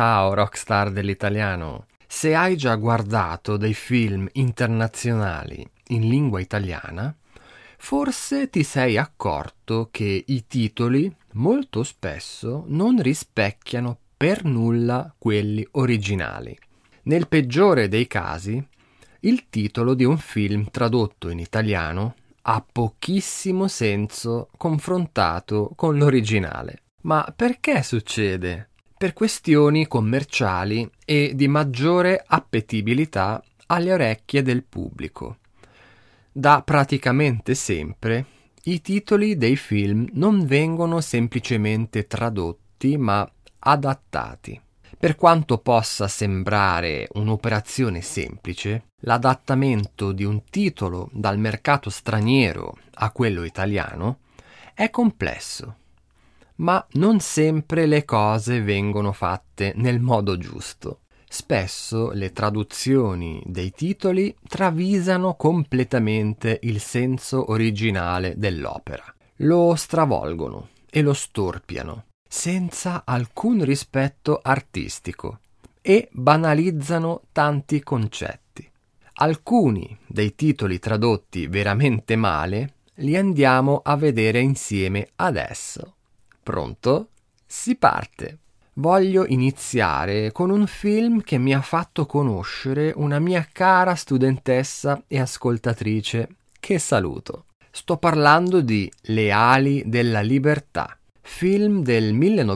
Ciao rockstar dell'italiano! Se hai già guardato dei film internazionali in lingua italiana, forse ti sei accorto che i titoli molto spesso non rispecchiano per nulla quelli originali. Nel peggiore dei casi, il titolo di un film tradotto in italiano ha pochissimo senso confrontato con l'originale. Ma perché succede? Per questioni commerciali e di maggiore appetibilità alle orecchie del pubblico. Da praticamente sempre i titoli dei film non vengono semplicemente tradotti ma adattati. Per quanto possa sembrare un'operazione semplice, l'adattamento di un titolo dal mercato straniero a quello italiano è complesso. Ma non sempre le cose vengono fatte nel modo giusto. Spesso le traduzioni dei titoli travisano completamente il senso originale dell'opera. Lo stravolgono e lo storpiano, senza alcun rispetto artistico, e banalizzano tanti concetti. Alcuni dei titoli tradotti veramente male li andiamo a vedere insieme adesso. Pronto? Si parte! Voglio iniziare con un film che mi ha fatto conoscere una mia cara studentessa e ascoltatrice che saluto. Sto parlando di Le ali della libertà, film del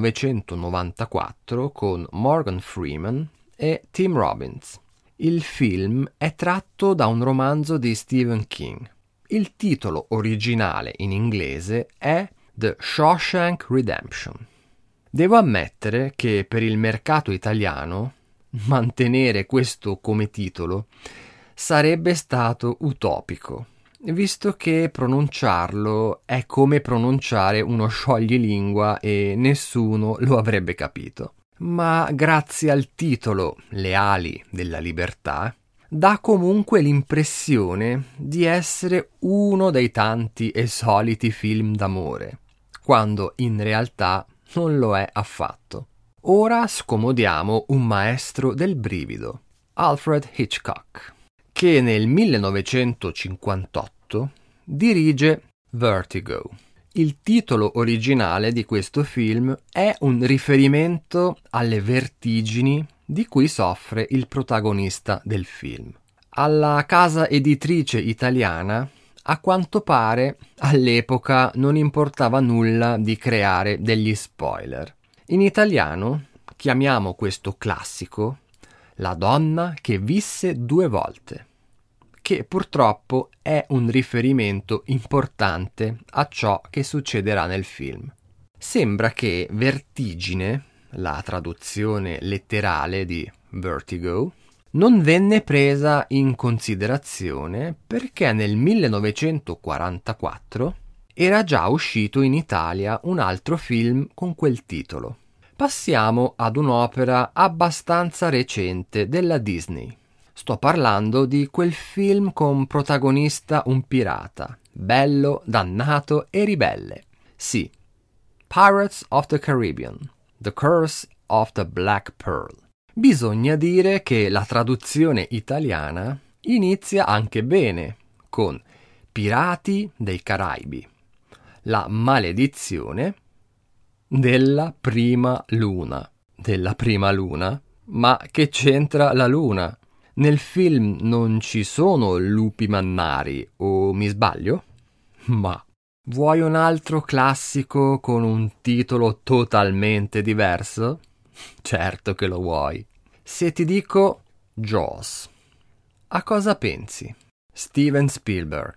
1994 con Morgan Freeman e Tim Robbins. Il film è tratto da un romanzo di Stephen King. Il titolo originale in inglese è The Shawshank Redemption. Devo ammettere che per il mercato italiano mantenere questo come titolo sarebbe stato utopico, visto che pronunciarlo è come pronunciare uno scioglilingua e nessuno lo avrebbe capito. Ma grazie al titolo Le ali della libertà dà comunque l'impressione di essere uno dei tanti e soliti film d'amore, quando in realtà non lo è affatto. Ora scomodiamo un maestro del brivido, Alfred Hitchcock, che nel 1958 dirige Vertigo. Il titolo originale di questo film è un riferimento alle vertigini di cui soffre il protagonista del film. Alla casa editrice italiana, a quanto pare, all'epoca non importava nulla di creare degli spoiler. In italiano chiamiamo questo classico La donna che visse 2 volte, che purtroppo è un riferimento importante a ciò che succederà nel film. Sembra che vertigine, la traduzione letterale di vertigo, non venne presa in considerazione perché nel 1944 era già uscito in Italia un altro film con quel titolo. Passiamo ad un'opera abbastanza recente della Disney. Sto parlando di quel film con protagonista un pirata, bello, dannato e ribelle. Sì, Pirates of the Caribbean, The Curse of the Black Pearl. Bisogna dire che la traduzione italiana inizia anche bene, con Pirati dei Caraibi, la maledizione della prima luna. Della prima luna? Ma che c'entra la luna? Nel film non ci sono lupi mannari, o mi sbaglio? Ma vuoi un altro classico con un titolo totalmente diverso? Certo che lo vuoi. Se ti dico Jaws, a cosa pensi? Steven Spielberg,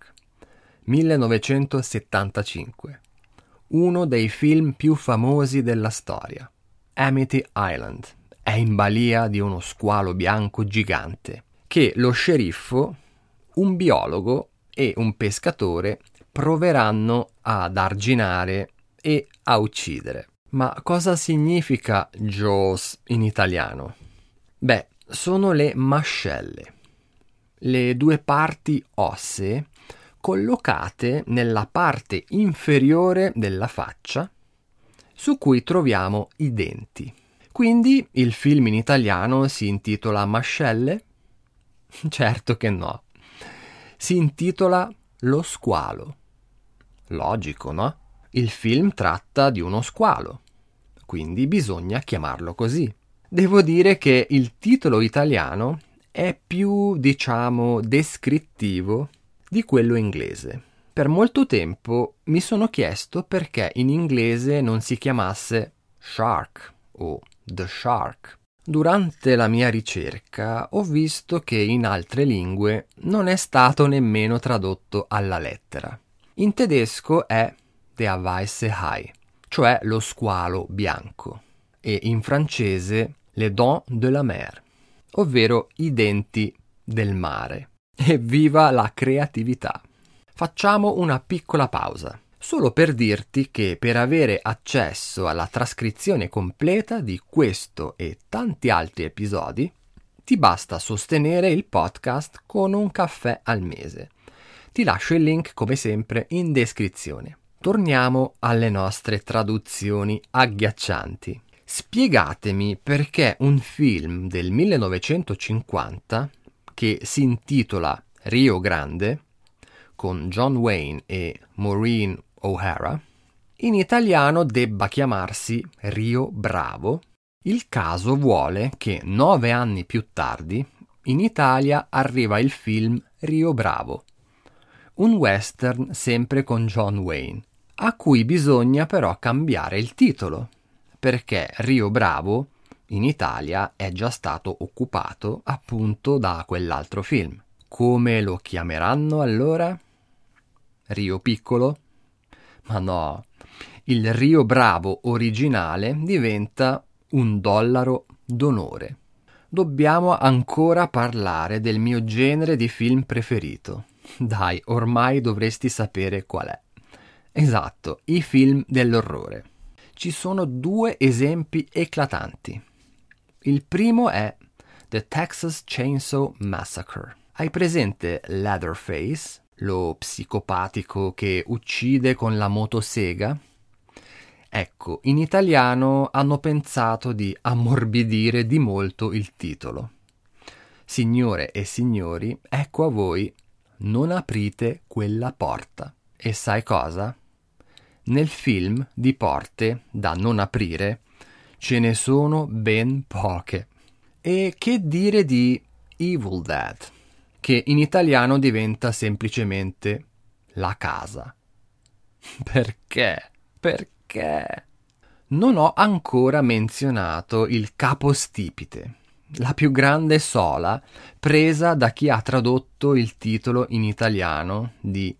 1975. Uno dei film più famosi della storia. Amity Island è in balia di uno squalo bianco gigante che lo sceriffo, un biologo e un pescatore proveranno ad arginare e a uccidere. Ma cosa significa Jaws in italiano? Beh, sono le mascelle, le 2 parti ossee collocate nella parte inferiore della faccia su cui troviamo i denti. Quindi il film in italiano si intitola Mascelle? Certo che no. Si intitola Lo squalo. Logico, no? Il film tratta di uno squalo, quindi bisogna chiamarlo così. Devo dire che il titolo italiano è più, descrittivo di quello inglese. Per molto tempo mi sono chiesto perché in inglese non si chiamasse Shark o The Shark. Durante la mia ricerca ho visto che in altre lingue non è stato nemmeno tradotto alla lettera. In tedesco è Der weiße Hai, cioè lo squalo bianco, e in francese les dents de la mer, ovvero i denti del mare. Evviva la creatività! Facciamo una piccola pausa, solo per dirti che per avere accesso alla trascrizione completa di questo e tanti altri episodi, ti basta sostenere il podcast con un caffè al mese. Ti lascio il link come sempre in descrizione. Torniamo alle nostre traduzioni agghiaccianti. Spiegatemi perché un film del 1950 che si intitola Rio Grande, con John Wayne e Maureen O'Hara, in italiano debba chiamarsi Rio Bravo. Il caso vuole che 9 anni più tardi in Italia arriva il film Rio Bravo, un western sempre con John Wayne, a cui bisogna però cambiare il titolo, perché Rio Bravo in Italia è già stato occupato appunto da quell'altro film. Come lo chiameranno allora? Rio Piccolo? Ma no, il Rio Bravo originale diventa $1 d'onore. Dobbiamo ancora parlare del mio genere di film preferito. Dai, ormai dovresti sapere qual è. Esatto, i film dell'orrore. Ci sono 2 esempi eclatanti. Il primo è The Texas Chainsaw Massacre. Hai presente Leatherface, lo psicopatico che uccide con la motosega? Ecco, in italiano hanno pensato di ammorbidire di molto il titolo. Signore e signori, ecco a voi, non aprite quella porta. E sai cosa? Nel film di porte da non aprire ce ne sono ben poche. E che dire di Evil Dead, che in italiano diventa semplicemente La casa. Perché? Perché? Non ho ancora menzionato il capostipite, la più grande sola presa da chi ha tradotto il titolo in italiano di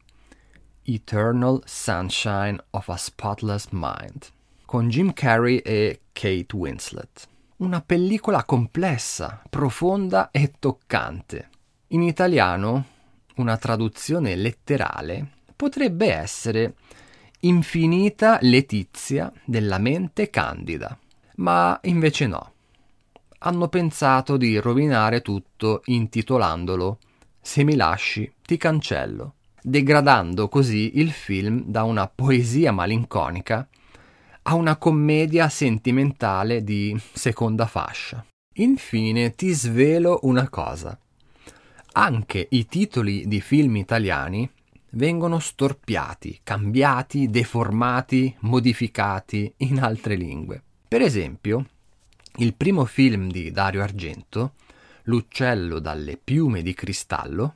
Eternal Sunshine of a Spotless Mind, con Jim Carrey e Kate Winslet. Una pellicola complessa, profonda e toccante. In italiano, una traduzione letterale potrebbe essere Infinita letizia della mente candida, ma invece no. Hanno pensato di rovinare tutto intitolandolo Se mi lasci, ti cancello, degradando così il film da una poesia malinconica a una commedia sentimentale di seconda fascia. Infine ti svelo una cosa. Anche i titoli di film italiani vengono storpiati, cambiati, deformati, modificati in altre lingue. Per esempio, il primo film di Dario Argento, L'uccello dalle piume di cristallo,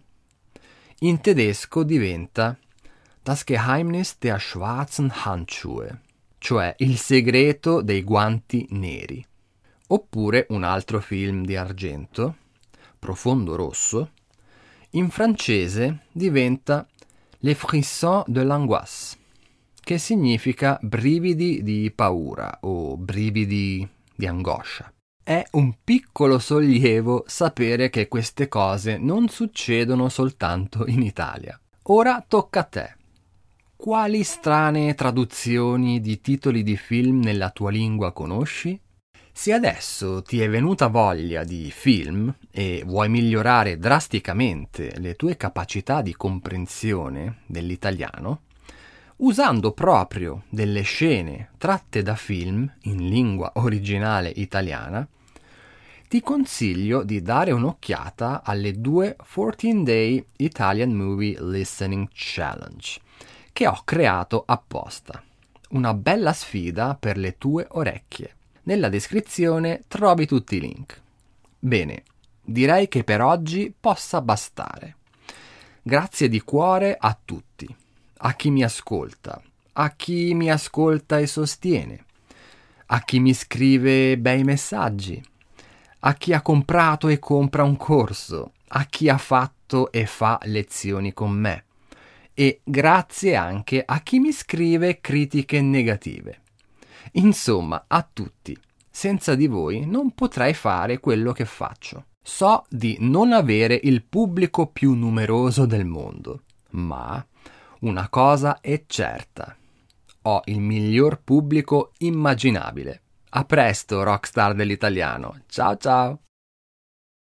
in tedesco diventa Das Geheimnis der schwarzen Handschuhe, cioè Il segreto dei guanti neri. Oppure un altro film di Argento, Profondo rosso, in francese diventa Les frissons de l'angoisse, che significa brividi di paura o brividi di angoscia. È un piccolo sollievo sapere che queste cose non succedono soltanto in Italia. Ora tocca a te. Quali strane traduzioni di titoli di film nella tua lingua conosci? Se adesso ti è venuta voglia di film e vuoi migliorare drasticamente le tue capacità di comprensione dell'italiano, usando proprio delle scene tratte da film in lingua originale italiana, ti consiglio di dare un'occhiata alle 2 14-Day Italian Movie Listening Challenge che ho creato apposta. Una bella sfida per le tue orecchie. Nella descrizione trovi tutti i link. Bene, direi che per oggi possa bastare. Grazie di cuore a tutti, a chi mi ascolta, a chi mi ascolta e sostiene, a chi mi scrive bei messaggi, a chi ha comprato e compra un corso, a chi ha fatto e fa lezioni con me. E grazie anche a chi mi scrive critiche negative. Insomma, a tutti. Senza di voi non potrei fare quello che faccio. So di non avere il pubblico più numeroso del mondo, ma una cosa è certa. Ho il miglior pubblico immaginabile. A presto, rockstar dell'italiano. Ciao ciao!